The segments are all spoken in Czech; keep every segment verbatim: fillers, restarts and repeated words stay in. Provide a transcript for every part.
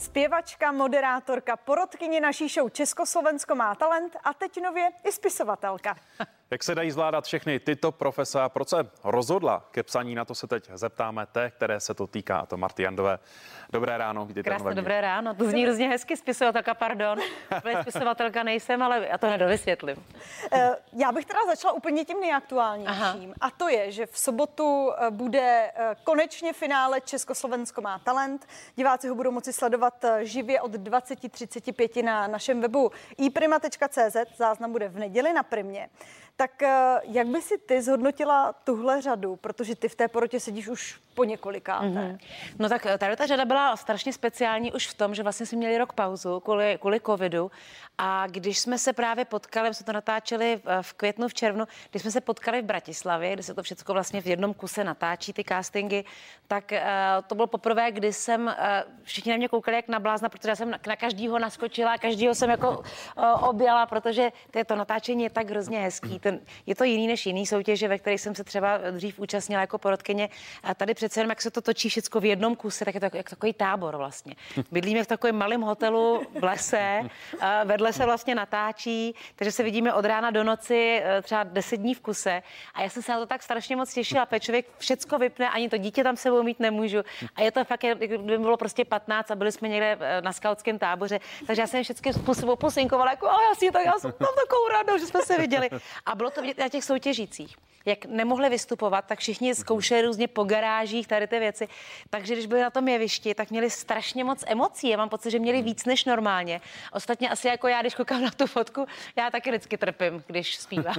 Zpěvačka, moderátorka, porotkyně naší show Československo má talent a teď nově i spisovatelka. Jak se dají zvládat všechny tyto profese a proč se rozhodla ke psaní, na to se teď zeptáme té, které se to týká, a to Marty Jandové. Dobré ráno, vítejte. Krásné dobré ráno, to zní hrozně hezky, spisovatelka, pardon. Spisovatelka nejsem, ale já to hned dovysvětlím. Já bych teda začala úplně tím nejaktuálnějším. Aha. A to je, že v sobotu bude konečně finále Československo má talent. Diváci ho budou moci sledovat živě od dvacet třicet pět na našem webu i prima tečka cé zet. Záznam bude v neděli na Primě. Tak jak by si ty zhodnotila tuhle řadu, protože ty v té porotě sedíš už po několikáté? Mm-hmm. No tak tady ta řada byla strašně speciální už v tom, že vlastně jsme měli rok pauzu kvůli, kvůli covidu a když jsme se právě potkali, jsme to natáčeli v květnu, v červnu, když jsme se potkali v Bratislavě, kde se to všechno vlastně v jednom kuse natáčí, ty castingy, tak uh, to bylo poprvé, kdy jsem, uh, všichni na mě koukali jak na blázna, protože já jsem na, na každýho naskočila, každýho jsem jako uh, objala, protože to natáčení je tak hrozně hezký. Ten, je to jiný než jiný soutěže, ve kterých jsem se třeba dřív účastnila jako porotkyně. A tady přece jenom, jak se to točí všechno v jednom kuse, tak je to jak, jak takový tábor vlastně. Bydlíme v takovém malém hotelu v lese, a vedle se vlastně natáčí, takže se vidíme od rána do noci třeba deset dní v kuse. A já jsem se na to tak strašně moc těšila, protože člověk všecko vypne, ani to dítě tam sebou mít nemůžu. A je to fakt, kdyby bylo prostě patnáct a byli jsme někde na skautském táboře, takže já jsem všechny způsobů posinkovala, jako a já si tak, já jsem mám takovou radost, že jsme se viděli. A bylo to vidět na těch soutěžících. Jak nemohli vystupovat, tak všichni zkoušeli různě po garážích tady ty věci. Takže když byli na tom jevišti, tak měli strašně moc emocí. Já mám pocit, že měli víc než normálně. Ostatně asi jako já, když koukám na tu fotku, já taky vždycky trpím, když zpívám.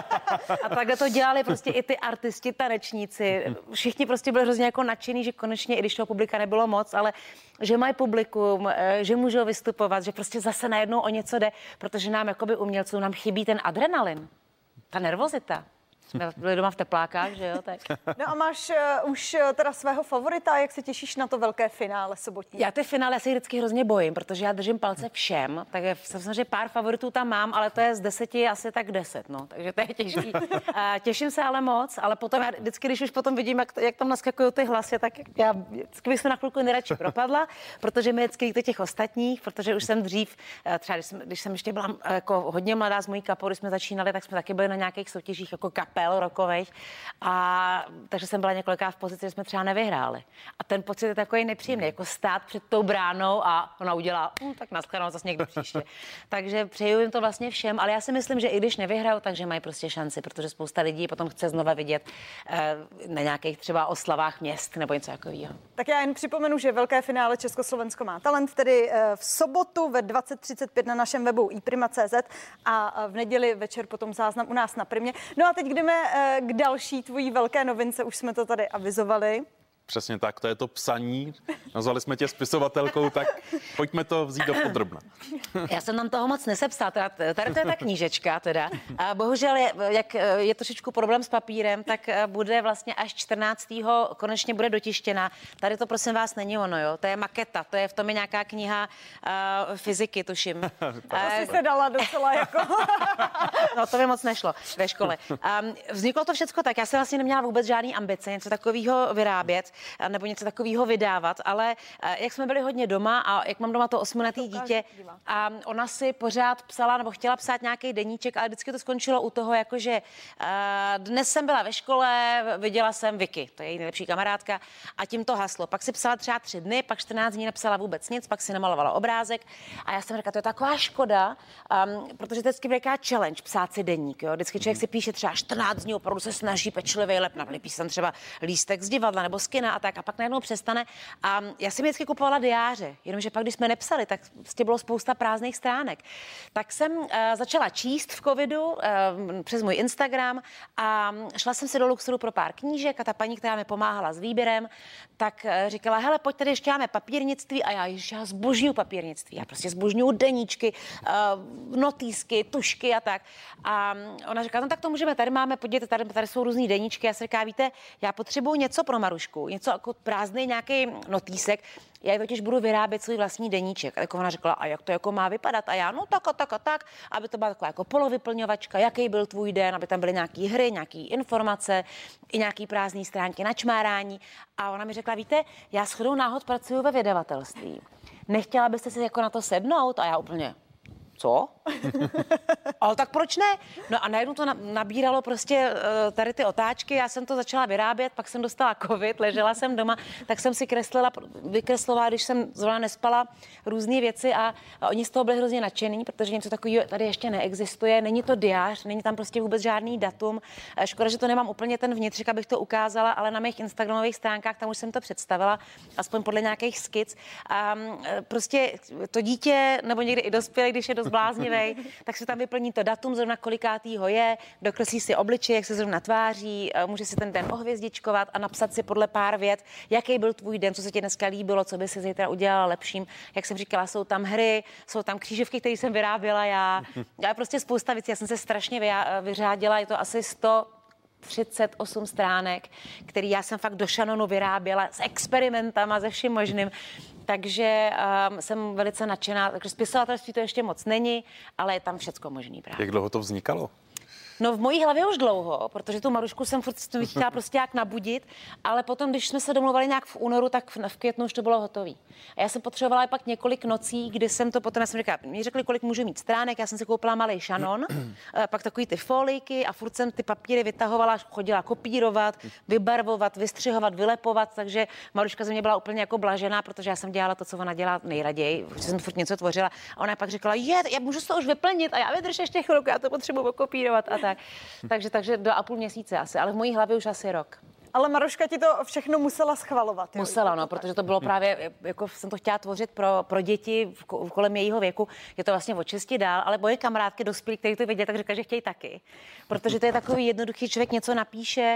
A takhle to dělali prostě i ty artisti, tanečníci. Všichni prostě byli hrozně jako nadšení, že konečně, i když toho publika nebylo moc, ale že mají publikum, že můžou vystupovat, že prostě zase najednou o něco jde, protože nám jakoby umělcům nám chybí ten adrenalin, ta nervozita. Jsme byli doma v teplákách, že jo? Tak. No a máš uh, už uh, teda svého favorita, jak se těšíš na to velké finále sobotní? Já ty finále se vždycky hrozně bojím, protože já držím palce všem, takže samozřejmě pár favoritů tam mám, ale to je z deseti asi tak deset, no, takže to je těžký. Uh, těším se ale moc, ale potom já vždycky, když už potom vidím, jak, jak tam naskakují ty hlasy, tak já vždycky bych se na chvilku nejradši propadla, protože mi vždycky líto těch ostatních, protože už jsem dřív, třeba když jsem, když jsem ještě byla jako hodně mladá z mojí kapou, když jsme začínali, tak jsme taky byli na nějakých soutěžích jako kapel rokových, a takže jsem byla několikrát v pozici, že jsme třeba nevyhráli. A ten pocit je takový nepříjemný, jako stát před tou bránou a ona udělá, hm, tak naschledanou zase někdy příště. Takže přeju jim to vlastně všem, ale já si myslím, že i když nevyhrajou, takže mají prostě šanci, protože spousta lidí potom chce znova vidět eh, na nějakých třeba oslavách měst nebo něco takového. Tak já jen připomenu, že velké finále Československo má talent, tedy eh, v sobotu ve dvacet třicet pět na našem webu i prima tečka cé zet a v neděli večer potom záznam u nás na Primě. No a teď jdeme k další tvojí velké novince, už jsme to tady avizovali. Přesně tak, to je to psaní. Nazvali jsme tě spisovatelkou, tak pojďme to vzít do podrobna. Já jsem tam toho moc nesepsala, teda, tady to je ta knížečka teda. A bohužel, je, jak je trošičku problém s papírem, tak bude vlastně až čtrnáctého konečně bude dotištěna. Tady to prosím vás není ono, jo, to je maketa, to je v tom je nějaká kniha uh, fyziky, tuším. To si se dala docela jako... No to mi moc nešlo ve škole. Um, vzniklo to všecko tak, já jsem vlastně neměla vůbec žádný ambice, něco takového vyrábět, nebo něco takového vydávat, ale jak jsme byli hodně doma a jak mám doma to osmiletý dítě a ona si pořád psala nebo chtěla psát nějaký deníček, ale vždycky to skončilo u toho, jakože uh, dnes jsem byla ve škole, viděla jsem Vicky, to je její nejlepší kamarádka, a tím to haslo. Pak si psala třeba tři dny, pak čtrnáct dní nepsala vůbec nic, pak si namalovala obrázek a já jsem říkala, to je taková škoda, um, protože to je vždycky velká challenge psát si deník, jo. Vždycky člověk si píše třeba čtrnáct dní, opravdu se snaží pečlivě lep, napíše tam třeba lístek z divadla nebo z kina a tak, a pak najednou přestane. A já jsem vždycky kupovala diáře, jenomže pak, když jsme nepsali, tak vlastně bylo spousta prázdných stránek. Tak jsem uh, začala číst v covidu uh, přes můj Instagram a šla jsem si do Luxoru pro pár knížek a ta paní, která mi pomáhala s výběrem, tak uh, říkala, hele, pojď tady ještě máme papírnictví a já, ježiš, já zbožňuju papírnictví, já prostě zbožňuju deníčky, uh, notýsky, tušky a tak. A ona říkala, no tak to můžeme, tady máme, podívejte, tady, tady jsou různý deníčky. Já si říkám, víte, já potřebuju něco pro Marušku. něco jako prázdný nějaký notýsek. Já totiž budu vyrábět svůj vlastní deníček. A jako ona řekla, a jak to jako má vypadat? A já, no tak a tak a tak, aby to byla taková jako polovyplňovačka, jaký byl tvůj den, aby tam byly nějaký hry, nějaký informace, i nějaký prázdné stránky na čmárání. A ona mi řekla, víte, já shodou náhod pracuji ve vydavatelství. Nechtěla byste si jako na to sednout? A já úplně, co? Ale tak proč ne? No a najednou to nabíralo prostě tady ty otáčky, já jsem to začala vyrábět, pak jsem dostala covid, ležela jsem doma, tak jsem si kreslila, vykreslovala, když jsem zrovna nespala, různé věci a, a oni z toho byli hrozně nadšení, protože něco takového tady ještě neexistuje, není to diář, není tam prostě vůbec žádný datum. Škoda, že to nemám úplně ten vnitřek, abych to ukázala, ale na mých instagramových stránkách tam už jsem to představila, aspoň podle nějakých skic. A prostě to dítě, nebo někdy i dospělý, když je dost bláznivý, tak se tam vyplní to datum, zrovna kolikátýho je, dokreslí si obličej, jak se zrovna tváří, může si ten den ohvězdičkovat a napsat si podle pár vět, jaký byl tvůj den, co se ti dneska líbilo, co by si zítra udělala lepším. Jak jsem říkala, jsou tam hry, jsou tam křížovky, které jsem vyráběla já. Já prostě spousta věcí, já jsem se strašně vyřádila, je to asi sto třicet osm stránek, který já jsem fakt do šanonu vyráběla s experimentama, se vším možným. Takže um, jsem velice nadšená. Takže spisovatelství to ještě moc není, ale je tam všecko možný právě. Jak dlouho to vznikalo? No v mojí hlavě už dlouho, protože tu Marušku jsem furt chtěla prostě jak nabudit, ale potom, když jsme se domluvali nějak v únoru, tak v, v květnu už to bylo hotové. A já jsem potřebovala pak několik nocí, kdy jsem to potom, já jsem říkala, mě řekli, kolik můžu mít stránek, já jsem si koupila malý šanon, pak takový ty folíky a furt jsem ty papíry vytahovala, chodila kopírovat, vybarvovat, vystřihovat, vylepovat, takže Maruška ze mě byla úplně jako blažená, protože já jsem dělala to, co ona dělá nejraději, že jsem furt něco tvořila a ona pak říkala, je, já můžu to už vyplnit a já vydrž ještě chvilku, já to potřebuji okopírovat a tak. Takže, takže do a půl měsíce asi, ale v mojí hlavě už asi rok. Ale Maruška ti to všechno musela schvalovat. Jo? Musela, no, protože to bylo právě, jako jsem to chtěla tvořit pro, pro děti kolem jejího věku. Je to vlastně od šesti dál, ale moje kamarádky dospělí, kteří to viděli, tak říkají, že chtějí taky. Protože to je takový jednoduchý, člověk něco napíše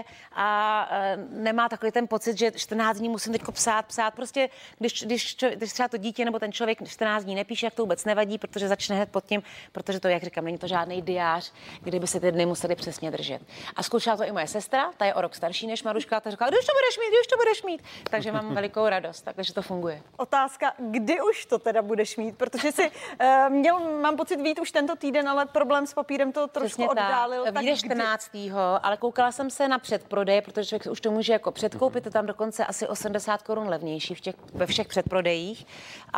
a e, nemá takový ten pocit, že čtrnáct dní musím teďko psát, psát. Prostě, když, když, když třeba to dítě nebo ten člověk čtrnáct dní nepíše, jak to vůbec nevadí, protože začne hned pod tím, protože to, jak říkám, není to žádný diář, kdyby se ty dny museli přesně držet. A zkoušela to i moje sestra, ta je o rok starší než Maruška, ta říkala, když to budeš mít, když to budeš mít. Takže mám velikou radost, takže to funguje. Otázka, kdy už to teda budeš mít, protože si uh, měl, mám pocit, vít už tento týden, ale problém s papírem to trošku Přesně oddálil. Tak. Vyjde čtrnáctého ale koukala jsem se na předprodej, protože člověk už to může jako předkoupit, je tam dokonce asi osmdesát korun levnější v těch, ve všech předprodejích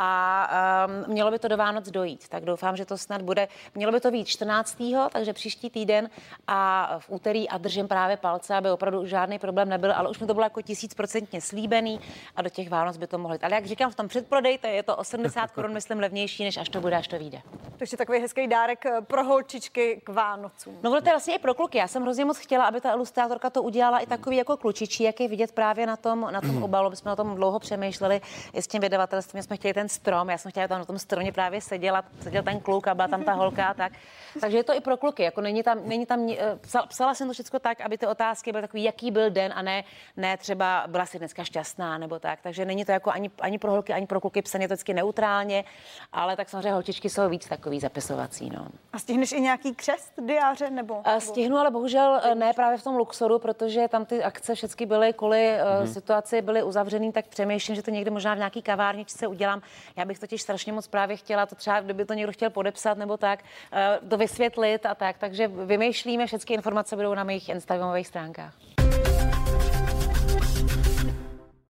a um, mělo by to do Vánoc dojít, tak doufám, že to snad bude. Mělo by to být čtrnáctého takže příští týden a v úterý a držím právě palce, aby opravdu žádný problém nebyl, ale už mi to bylo jako tisícprocentně slíbený a do těch Vánoc by to mohlo jít. Ale jak říkám, v tom předprodeji to je to osmdesát korun, myslím, levnější, než až to bude, až to vyjde. Takže takový hezký dárek pro holčičky k Vánocům. No, to je vlastně i pro kluky. Já jsem hrozně moc chtěla, aby ta ilustrátorka to udělala i takový jako klučičí, jak je vidět právě na tom, na tom obalu. My jsme o tom dlouho přemýšleli i s tím vydavatelstvím, jsme chtěli ten strom. Já jsem chtěla, tam na tom stromě právě seděla, seděl ten kluk a byla tam ta holka a tak. Takže je to i pro kluky. Jako není tam, není tam, psala, psala jsem to všechno tak, aby ty otázky byly takový, jaký byl den a ne, ne třeba byla si dneska šťastná nebo tak. Takže není to jako ani, ani pro holky, ani pro kluky psané to vždycky neutrálně, ale tak samozřejmě holčičky jsou víc takový zapisovací. No. A stihneš i nějaký křest diáře nebo? A stihnu, ale bohužel ne právě v tom Luxoru, protože tam ty akce všechny byly kvůli mm-hmm. situaci byly uzavřený, tak přemýšlím, že to někdy možná v nějaký kavárničce udělám. Já bych totiž strašně moc právě chtěla to třeba, kdyby to někdo chtěl podepsat nebo tak, to vysvětlit a tak. Takže vymýšlíme, všechny informace budou na mých instagramových stránkách.